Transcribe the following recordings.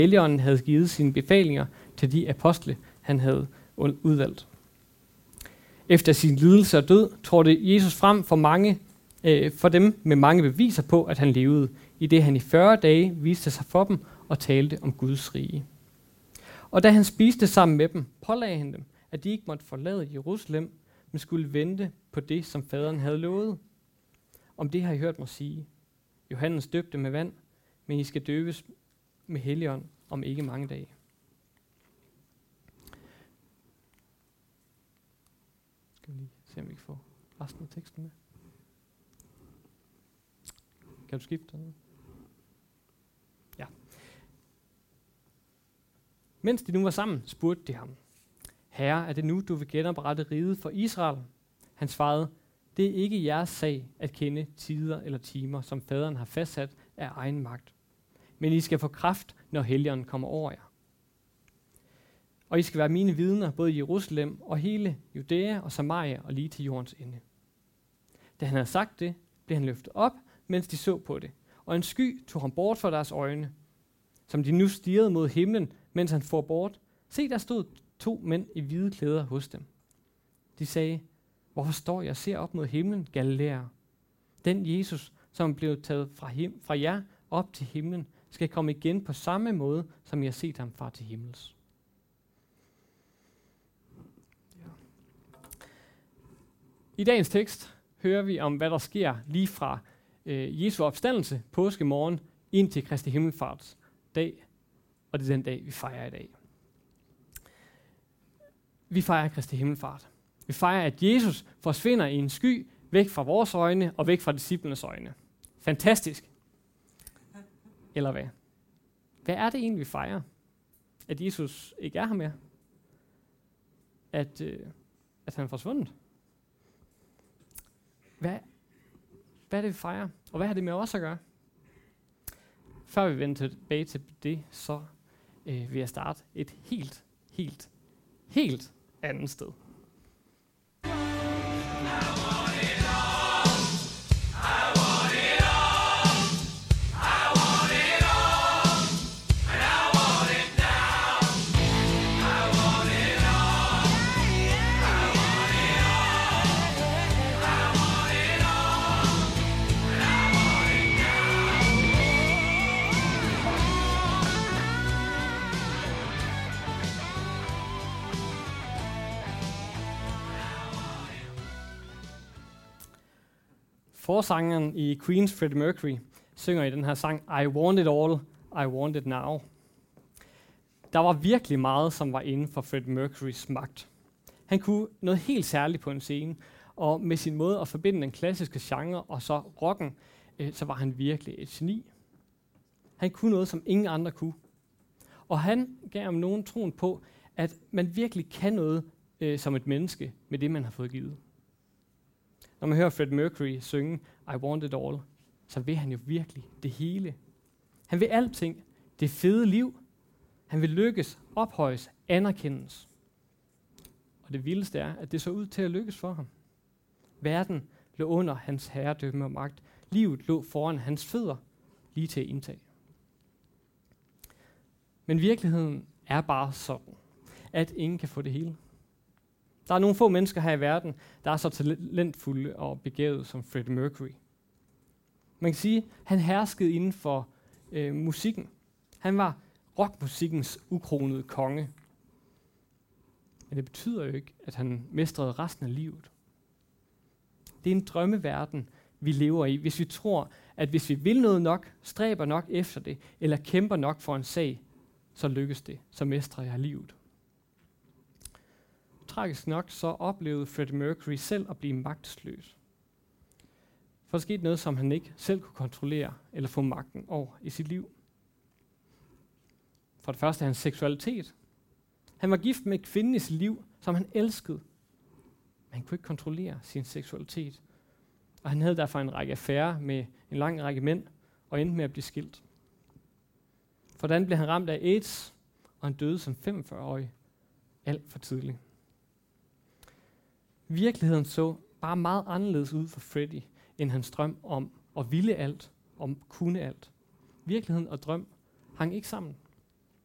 Helligånden havde givet sine befalinger til de apostle, han havde udvalgt. Efter sin lidelse og død trådte Jesus frem for dem med mange beviser på, at han levede, i det han i 40 dage viste sig for dem og talte om Guds rige. Og da han spiste sammen med dem, pålagde han dem, at de ikke måtte forlade Jerusalem, men skulle vente på det, som faderen havde lovet. Om det har I hørt mig sige. Johannes døbte med vand, men I skal døbes med Helligånd om ikke mange dage. Skal vi lige se, om vi kan få resten af teksten med. Kan du skifte noget? Ja. Mens de nu var sammen, spurgte de ham: Herre, er det nu, du vil genoprette riget for Israel? Han svarede: Det er ikke jeres sag at kende tider eller timer, som faderen har fastsat af egen magt. Men I skal få kraft, når Helligånden kommer over jer. Og I skal være mine vidner, både i Jerusalem og hele Judæa og Samaria og lige til jordens ende. Da han havde sagt det, blev han løftet op, mens de så på det, og en sky tog ham bort fra deres øjne. Som de nu stirrede mod himlen, mens han for bort, se, der stod 2 mænd i hvide klæder hos dem. De sagde: Hvorfor står jeg og ser op mod himlen, Galilæer? Den Jesus, som blev taget fra jer op til himlen, skal komme igen på samme måde, som I har set ham fra til himmels. Ja. I dagens tekst hører vi om, hvad der sker lige fra Jesu opstandelse, påskemorgen, ind til Kristi himmelfarts dag, og det er den dag, vi fejrer i dag. Vi fejrer Kristi himmelfart. Vi fejrer, at Jesus forsvinder i en sky, væk fra vores øjne og væk fra disciplenes øjne. Fantastisk. Eller hvad? Hvad er det egentlig, vi fejrer? At Jesus ikke er her mere? At han er forsvundet? Hvad er det, vi fejrer? Og hvad har det med os at gøre? Før vi vender tilbage til det, så vil jeg starte et helt andet sted. Forsangeren i Queen's Freddie Mercury synger i den her sang: I want it all, I want it now. Der var virkelig meget, som var inden for Freddie Mercurys magt. Han kunne noget helt særligt på en scene, og med sin måde at forbinde den klassiske genre og så rocken, så var han virkelig et geni. Han kunne noget, som ingen andre kunne. Og han gav om nogen troen på, at man virkelig kan noget som et menneske med det, man har fået givet. Når man hører Freddie Mercury synge I want it all, så vil han jo virkelig det hele. Han vil alting. Det fede liv. Han vil lykkes, ophøjes, anerkendes. Og det vildeste er, at det så ud til at lykkes for ham. Verden lå under hans herredømme og magt. Livet lå foran hans fødder, lige til at indtage. Men virkeligheden er bare sådan, at ingen kan få det hele. Der er nogle få mennesker her i verden, der er så talentfulde og begavede som Freddie Mercury. Man kan sige, at han herskede inden for musikken. Han var rockmusikkens ukronede konge. Men det betyder jo ikke, at han mestrede resten af livet. Det er en drømmeverden, vi lever i, hvis vi tror, at hvis vi vil noget nok, stræber nok efter det, eller kæmper nok for en sag, så lykkes det, så mestrer jeg livet. Tragisk nok så oplevede Freddie Mercury selv at blive magtesløs. For der skete noget, som han ikke selv kunne kontrollere eller få magten over i sit liv. For det første hans seksualitet. Han var gift med en kvinde i sit liv, som han elskede. Men han kunne ikke kontrollere sin seksualitet. Og han havde derfor en række affærer med en lang række mænd, og endte med at blive skilt. For den blev han ramt af AIDS, og han døde som 45-årig. Alt for tidligt. Virkeligheden så bare meget anderledes ud for Freddie, end hans drøm om at ville alt, om kunne alt. Virkeligheden og drøm hang ikke sammen.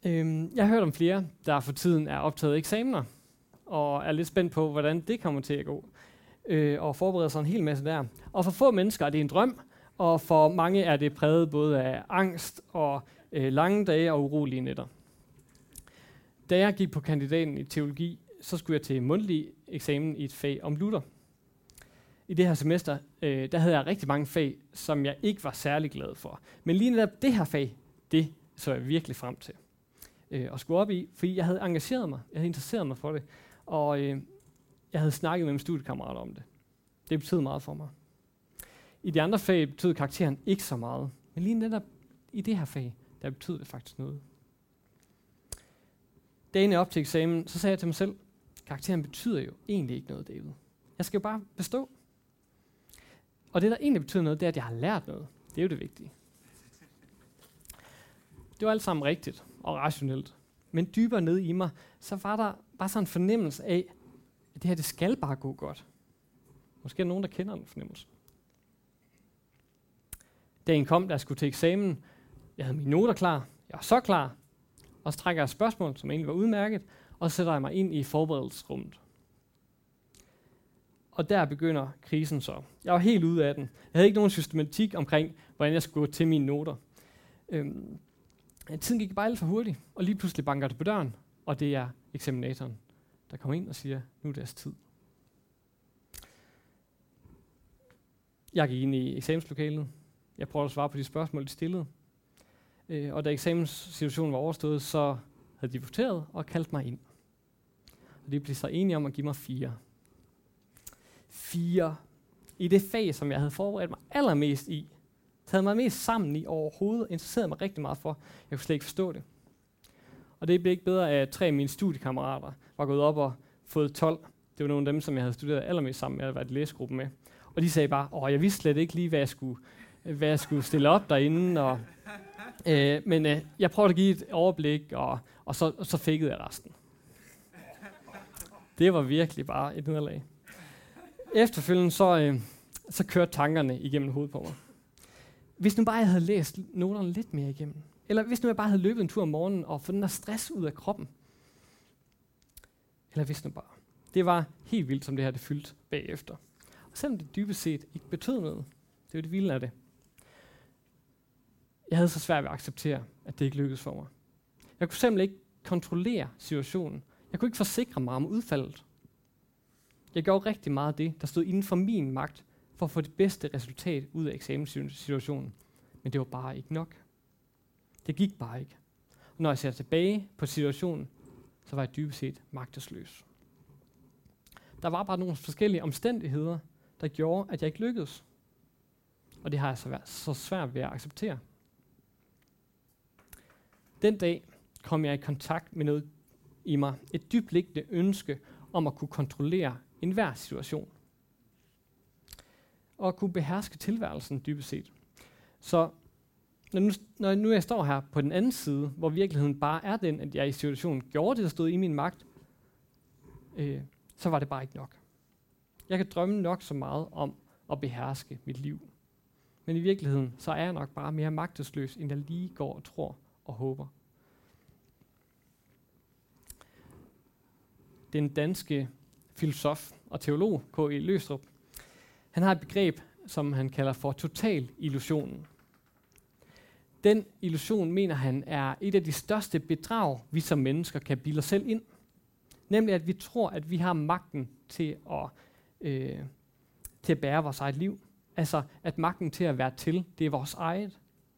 Jeg har hørt om flere, der for tiden er optaget eksamener, og er lidt spændt på, hvordan det kommer til at gå, og forbereder sig en hel masse der. Og for få mennesker er det en drøm, og for mange er det præget både af angst og lange dage og urolige nætter. Da jeg gik på kandidaten i teologi, så skulle jeg til mundtlig eksamen i et fag om Luther. I det her semester, der havde jeg rigtig mange fag, som jeg ikke var særlig glad for. Men lige netop det her fag, det så jeg virkelig frem til at skulle op i, fordi jeg havde engageret mig, jeg havde interesseret mig for det, og jeg havde snakket med mine studiekammerater om det. Det betød meget for mig. I de andre fag betød karakteren ikke så meget, men lige netop i det her fag, der betød det faktisk noget. Dagen op til eksamen, så sagde jeg til mig selv, karakteren betyder jo egentlig ikke noget, David. Jeg skal jo bare bestå. Og det, der egentlig betyder noget, det er, at jeg har lært noget. Det er jo det vigtige. Det var alt sammen rigtigt og rationelt. Men dybere nede i mig, så var der bare sådan en fornemmelse af, at det her, det skal bare gå godt. Måske er der nogen, der kender den fornemmelse. Dagen kom, da jeg skulle til eksamen. Jeg havde mine noter klar. Jeg var så klar. Og så trækker jeg et spørgsmål, som egentlig var udmærket, og så sætter jeg mig ind i forberedelsesrummet. Og der begynder krisen så. Jeg var helt ude af den. Jeg havde ikke nogen systematik omkring, hvordan jeg skulle gå til mine noter. Tiden gik bare alt for hurtigt, og lige pludselig banker det på døren, og det er eksaminatoren, der kommer ind og siger, nu er deres tid. Jeg gik ind i eksamenslokalet. Jeg prøvede at svare på de spørgsmål, de stillede. Og da eksamenssituationen var overstået, så havde de voteret og kaldt mig ind. Og de blev så enige om at give mig 4. 4. I det fag, som jeg havde forberedt mig allermest i, taget mig mest sammen i overhovedet, interesserede mig rigtig meget for. Jeg kunne slet ikke forstå det. Og det blev ikke bedre, at 3 af mine studiekammerater var gået op og fået 12. Det var nogle af dem, som jeg havde studeret allermest sammen med, at være i læsegruppen med. Og de sagde bare, jeg vidste slet ikke lige, hvad jeg skulle stille op derinde. Men jeg prøvede at give et overblik, og så fækkede jeg resten. Det var virkelig bare et nederlag. Efterfølgende så kørte tankerne igennem hovedet på mig. Hvis nu bare jeg havde læst noterne lidt mere igennem, eller hvis nu jeg bare havde løbet en tur om morgenen og fået den der stress ud af kroppen, eller hvis nu bare. Det var helt vildt, som det her det fyldte bagefter. Og selvom det dybest set ikke betød noget, det var det vilde af det. Jeg havde så svært ved at acceptere, at det ikke lykkedes for mig. Jeg kunne simpelthen ikke kontrollere situationen. Jeg kunne ikke forsikre mig om udfaldet. Jeg gjorde rigtig meget af det, der stod inden for min magt, for at få det bedste resultat ud af eksamenssituationen. Men det var bare ikke nok. Det gik bare ikke. Og når jeg ser tilbage på situationen, så var jeg dybest set magtesløs. Der var bare nogle forskellige omstændigheder, der gjorde, at jeg ikke lykkedes. Og det har jeg så svært ved at acceptere. Den dag kom jeg i kontakt med noget i mig. Et dybtliggende ønske om at kunne kontrollere enhver situation. Og at kunne beherske tilværelsen dybest set. Så når nu jeg står her på den anden side, hvor virkeligheden bare er den, at jeg i situationen gjorde det, der stod i min magt, så var det bare ikke nok. Jeg kan drømme nok så meget om at beherske mit liv. Men i virkeligheden, så er jeg nok bare mere magtesløs, end jeg lige går og tror og håber. Den danske filosof og teolog, K.E. Løgstrup, han har et begreb, som han kalder for total illusionen. Den illusion, mener han, er et af de største bedrag, vi som mennesker kan bilde os selv ind. Nemlig, at vi tror, at vi har magten til at bære vores eget liv. Altså, at magten til at være til, det er vores eget.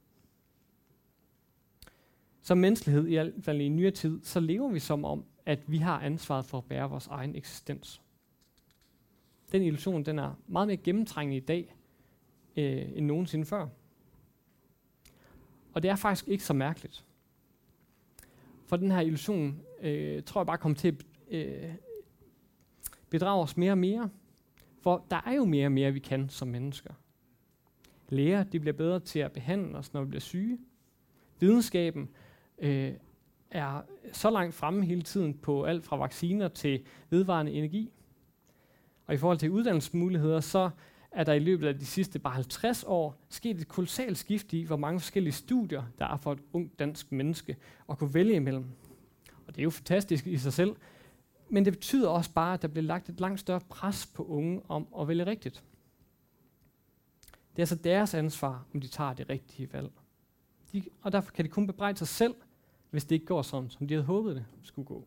Som menneskelighed, i hvert fald i nyere tid, så lever vi som om, at vi har ansvaret for at bære vores egen eksistens. Den illusion, den er meget mere gennemtrængende i dag, end nogensinde før. Og det er faktisk ikke så mærkeligt. For den her illusion, tror jeg bare kommer til at bedrage os mere og mere. For der er jo mere og mere, vi kan som mennesker. Læger, de bliver bedre til at behandle os, når vi bliver syge. Videnskaben er så langt fremme hele tiden på alt fra vacciner til vedvarende energi. Og i forhold til uddannelsesmuligheder, så er der i løbet af de sidste bare 50 år sket et kolossalt skift i, hvor mange forskellige studier, der er for et ungt dansk menneske at kunne vælge imellem. Og det er jo fantastisk i sig selv, men det betyder også bare, at der bliver lagt et langt større pres på unge om at vælge rigtigt. Det er altså deres ansvar, om de tager det rigtige valg. Og derfor kan de kun bebrejde sig selv, hvis det ikke går sådan, som de havde håbet det skulle gå.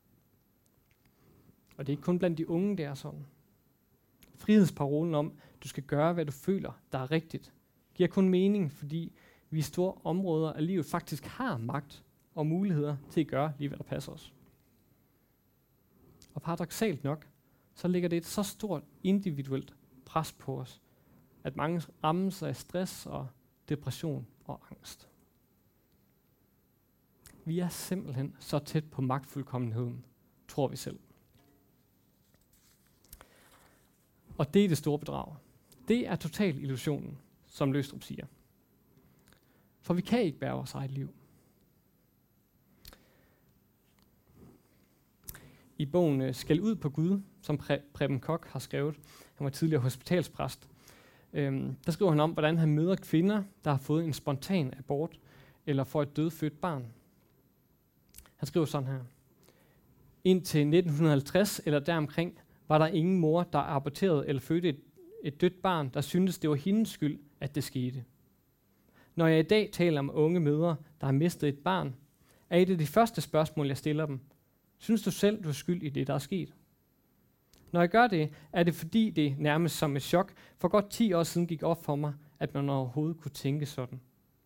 Og det er ikke kun blandt de unge, det er sådan. Frihedsparolen om, du skal gøre, hvad du føler, der er rigtigt, giver kun mening, fordi vi i store områder af livet faktisk har magt og muligheder til at gøre lige, hvad der passer os. Og paradoksalt nok, så ligger det et så stort individuelt pres på os, at mange rammes af stress og depression og angst. Vi er simpelthen så tæt på magtfuldkommenheden, tror vi selv. Og det er det store bedrag. Det er total illusionen, som Løgstrup siger. For vi kan ikke bære vores eget liv. I bogen Skæld ud på Gud, som Preben Koch har skrevet, han var tidligere hospitalspræst, der skriver han om, hvordan han møder kvinder, der har fået en spontan abort, eller får et dødfødt barn. Han skriver sådan her. Indtil 1950 eller deromkring, var der ingen mor, der aborterede eller fødte et dødt barn, der syntes, det var hendes skyld, at det skete. Når jeg i dag taler med unge mødre, der har mistet et barn, er et af de første spørgsmål, jeg stiller dem. Synes du selv, du er skyld i det, der er sket? Når jeg gør det, er det fordi det nærmest som et chok for godt 10 år siden gik op for mig, at man overhovedet kunne tænke sådan.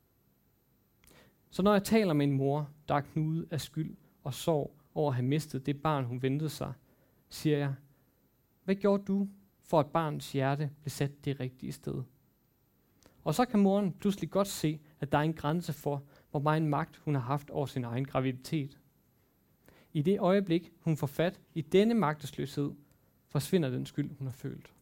Så når jeg taler med en mor, der er knudet af skyld og sorg over at have mistet det barn, hun ventede sig, siger jeg, hvad gjorde du, for at barnets hjerte blev sat det rigtige sted? Og så kan moren pludselig godt se, at der er en grænse for, hvor meget magt hun har haft over sin egen graviditet. I det øjeblik, hun får fat i denne magtesløshed, forsvinder den skyld, hun har følt.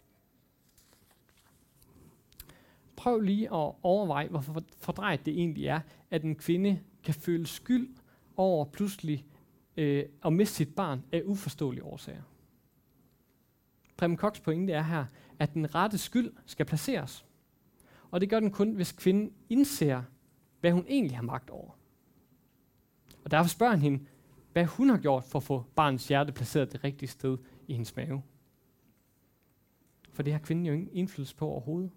Prøv lige at overveje, hvor fordrejet det egentlig er, at en kvinde kan føle skyld over pludselig at miste sit barn af uforståelige årsager. Preben Kochs pointe er her, at den rette skyld skal placeres. Og det gør den kun, hvis kvinden indser, hvad hun egentlig har magt over. Og derfor spørger han hende, hvad hun har gjort for at få barnets hjerte placeret det rigtige sted i hendes mave. For det har kvinden jo ingen indflydelse på overhovedet.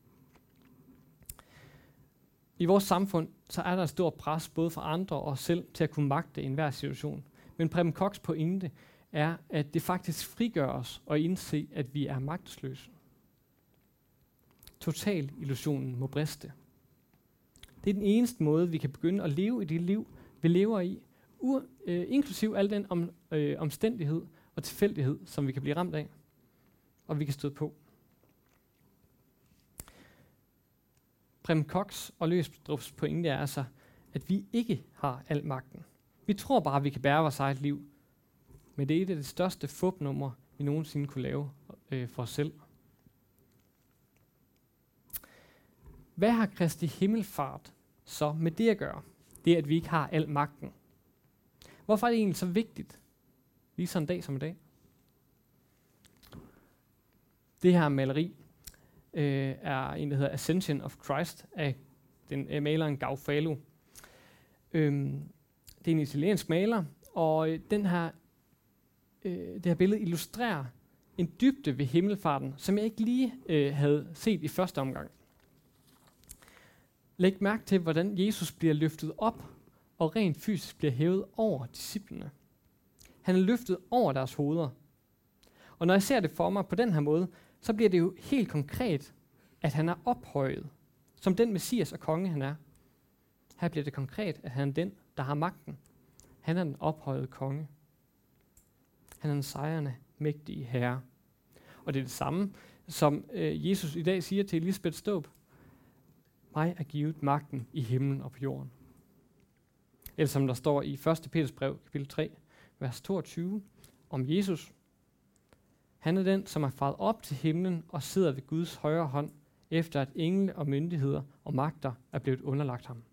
I vores samfund, så er der et stort pres både for andre og os selv til at kunne magte enhver situation. Men Preben Kochs pointe er, at det faktisk frigør os og indse, at vi er magtesløse. Total illusionen må briste. Det er den eneste måde, vi kan begynde at leve i det liv, vi lever i, inklusiv al den omstændighed og tilfældighed, som vi kan blive ramt af, og vi kan støde på. Preben Kochs og Løgstrups pointe er altså, at vi ikke har al magten. Vi tror bare, at vi kan bære vores eget liv, men det er et af de største fupnumre, vi nogensinde kunne lave for os selv. Hvad har Kristi himmelfart så med det at gøre? Det, at vi ikke har al magten. Hvorfor er det egentlig så vigtigt, lige sådan en dag som i dag? Det her maleri er en, der hedder Ascension of Christ, af den maleren Gaufalo. Det er en italiensk maler, og det her billede illustrerer en dybde ved himmelfarten, som jeg ikke lige havde set i første omgang. Læg mærke til, hvordan Jesus bliver løftet op, og rent fysisk bliver hævet over disciplene. Han er løftet over deres hoveder. Og når jeg ser det for mig på den her måde, så bliver det jo helt konkret, at han er ophøjet, som den Messias og konge han er. Her bliver det konkret, at han er den, der har magten. Han er den ophøjede konge. Han er den sejrende, mægtige herre. Og det er det samme, som Jesus i dag siger til Elisabeths dåb. Mig er givet magten i himlen og på jorden. Eller som der står i 1. Peters brev, kapitel 3, vers 22, om Jesus. Han er den, som er faret op til himlen og sidder ved Guds højre hånd, efter at engle og myndigheder og magter er blevet underlagt ham.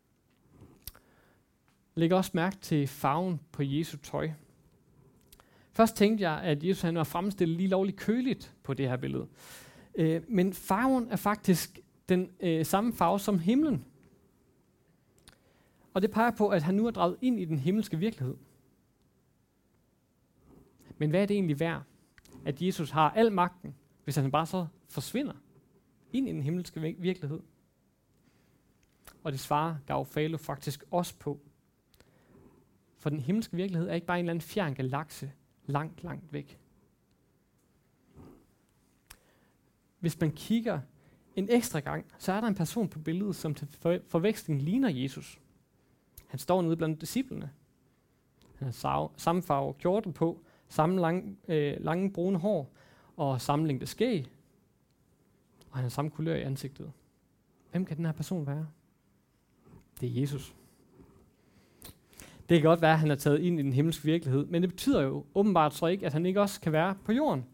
Læg også mærke til farven på Jesu tøj. Først tænkte jeg, at Jesus han var fremstillet lige lovligt køligt på det her billede. Men farven er faktisk den samme farve som himlen. Og det peger på, at han nu er draget ind i den himmelske virkelighed. Men hvad er det egentlig værd, at Jesus har al magten, hvis han bare så forsvinder ind i den himmelske virkelighed? Og det svarer Garofalo faktisk også på. For den himmelske virkelighed er ikke bare en eller anden fjern galakse langt, langt væk. Hvis man kigger en ekstra gang, så er der en person på billedet, som til forveksling ligner Jesus. Han står nede blandt disciplene. Han har samme farve kjortel på, samme lange brune hår og samme længde skæg. Og han har samme kulør i ansigtet. Hvem kan den her person være? Det er Jesus. Det kan godt være, at han er taget ind i den himmelske virkelighed, men det betyder jo åbenbart så ikke, at han ikke også kan være på jorden.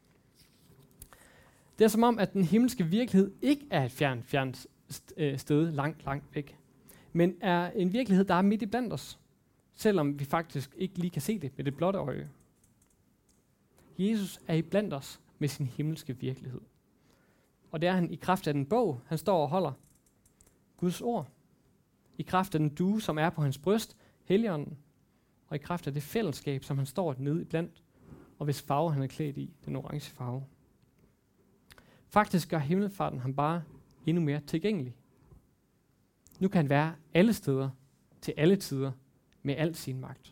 Det er som om, at den himmelske virkelighed ikke er et fjernt sted langt, langt væk, men er en virkelighed, der er midt i blandt os, selvom vi faktisk ikke lige kan se det med det blotte øje. Jesus er i blandt os med sin himmelske virkelighed. Og det er han i kraft af den bog, han står og holder. Guds ord. I kraft af den due, som er på hans bryst, Helligånden. Og i kraft af det fællesskab, som han står nede i blandt, og hvis farve han er klædt i, den orange farve. Faktisk gør himmelfarten ham bare endnu mere tilgængelig. Nu kan han være alle steder, til alle tider, med al sin magt.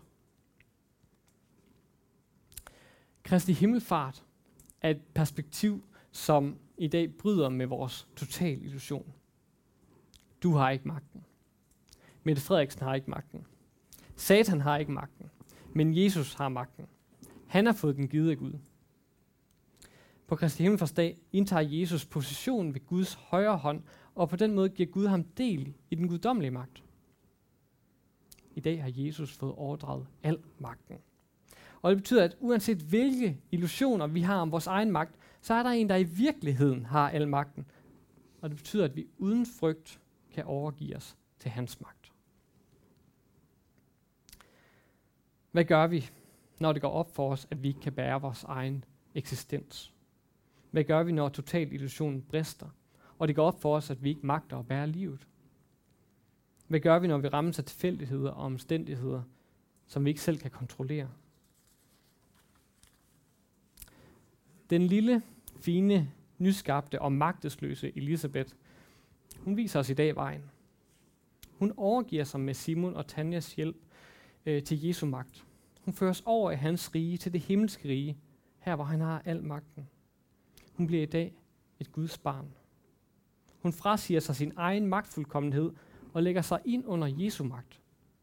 Kristi himmelfart er et perspektiv, som i dag bryder med vores total illusion. Du har ikke magten. Mette Frederiksen har ikke magten. Satan har ikke magten. Men Jesus har magten. Han har fået den givet af Gud. På Kristi himmelfartsdag indtager Jesus position ved Guds højre hånd, og på den måde giver Gud ham del i den guddommelige magt. I dag har Jesus fået overdraget al magten. Og det betyder, at uanset hvilke illusioner vi har om vores egen magt, så er der en, der i virkeligheden har al magten. Og det betyder, at vi uden frygt kan overgive os til hans magt. Hvad gør vi, når det går op for os, at vi ikke kan bære vores egen eksistens? Hvad gør vi, når total illusionen brister, og det går op for os, at vi ikke magter at bære livet? Hvad gør vi, når vi rammes af tilfældigheder og omstændigheder, som vi ikke selv kan kontrollere? Den lille, fine, nyskabte og magtesløse Elisabeth, hun viser os i dag vejen. Hun overgiver sig med Simon og Tanjas hjælp til Jesu magt. Hun føres over i hans rige, til det himmelske rige, her hvor han har al magten. Hun bliver i dag et Guds barn. Hun frasiger sig sin egen magtfuldkommenhed og lægger sig ind under Jesu magt.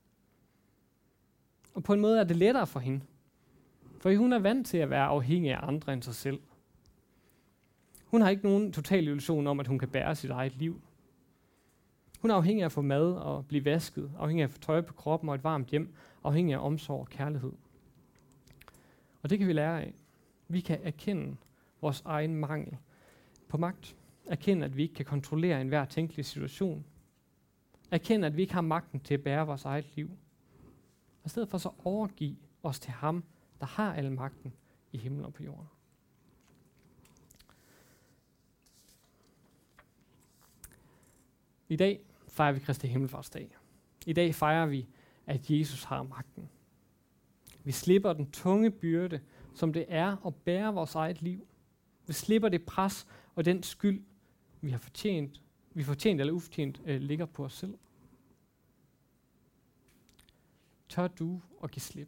Og på en måde er det lettere for hende, for hun er vant til at være afhængig af andre end sig selv. Hun har ikke nogen total illusion om, at hun kan bære sit eget liv. Hun er afhængig af at få mad og blive vasket, afhængig af at få tøj på kroppen og et varmt hjem, afhængig af omsorg og kærlighed. Og det kan vi lære af. Vi kan erkende vores egen mangel på magt. Erkende, at vi ikke kan kontrollere enhver tænkelig situation. Erkende, at vi ikke har magten til at bære vores eget liv. Og i stedet for så overgive os til ham, der har al magten i himlen og på jorden. I dag fejrer vi Kristi himmelfartsdag. I dag fejrer vi, at Jesus har magten. Vi slipper den tunge byrde, som det er at bære vores eget liv. Vi slipper det pres og den skyld, vi har fortjent eller ufortjent ligger på os selv. Tør du at give slip?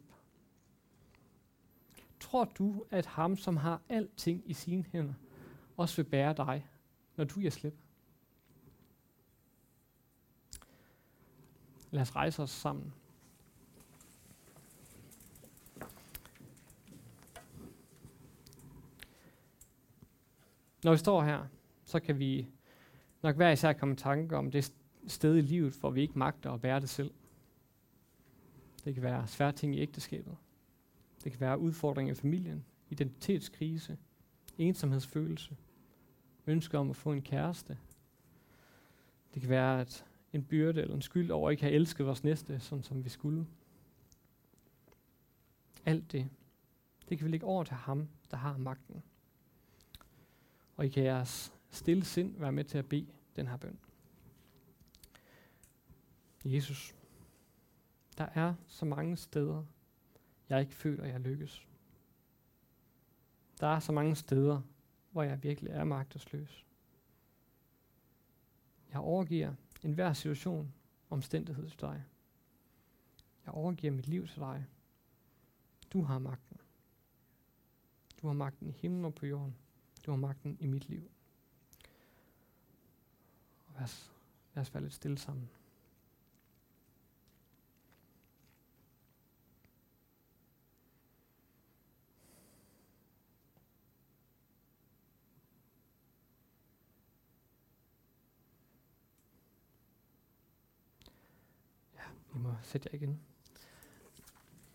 Tror du, at ham, som har alting i sine hænder, også vil bære dig, når du giver slip? Lad os rejse os sammen. Når vi står her, så kan vi nok hver især komme i tanke om det sted i livet, hvor vi ikke magter at bære det selv. Det kan være svære ting i ægteskabet. Det kan være udfordringer i familien, identitetskrise, ensomhedsfølelse, ønsker om at få en kæreste. Det kan være en byrde eller en skyld over at ikke have elsket vores næste, sådan som vi skulle. Alt det, Det kan vi lægge over til ham, der har magten. Og I kan jeres stille sind være med til at bede den her bøn. Jesus, der er så mange steder, jeg ikke føler, jeg lykkes. Der er så mange steder, hvor jeg virkelig er magtesløs. Jeg overgiver enhver situation, omstændighed til dig. Jeg overgiver mit liv til dig. Du har magten. Du har magten i himlen og på jorden. Du har magten i mit liv. Og lad os være lidt stille sammen. I må sætte jer igen.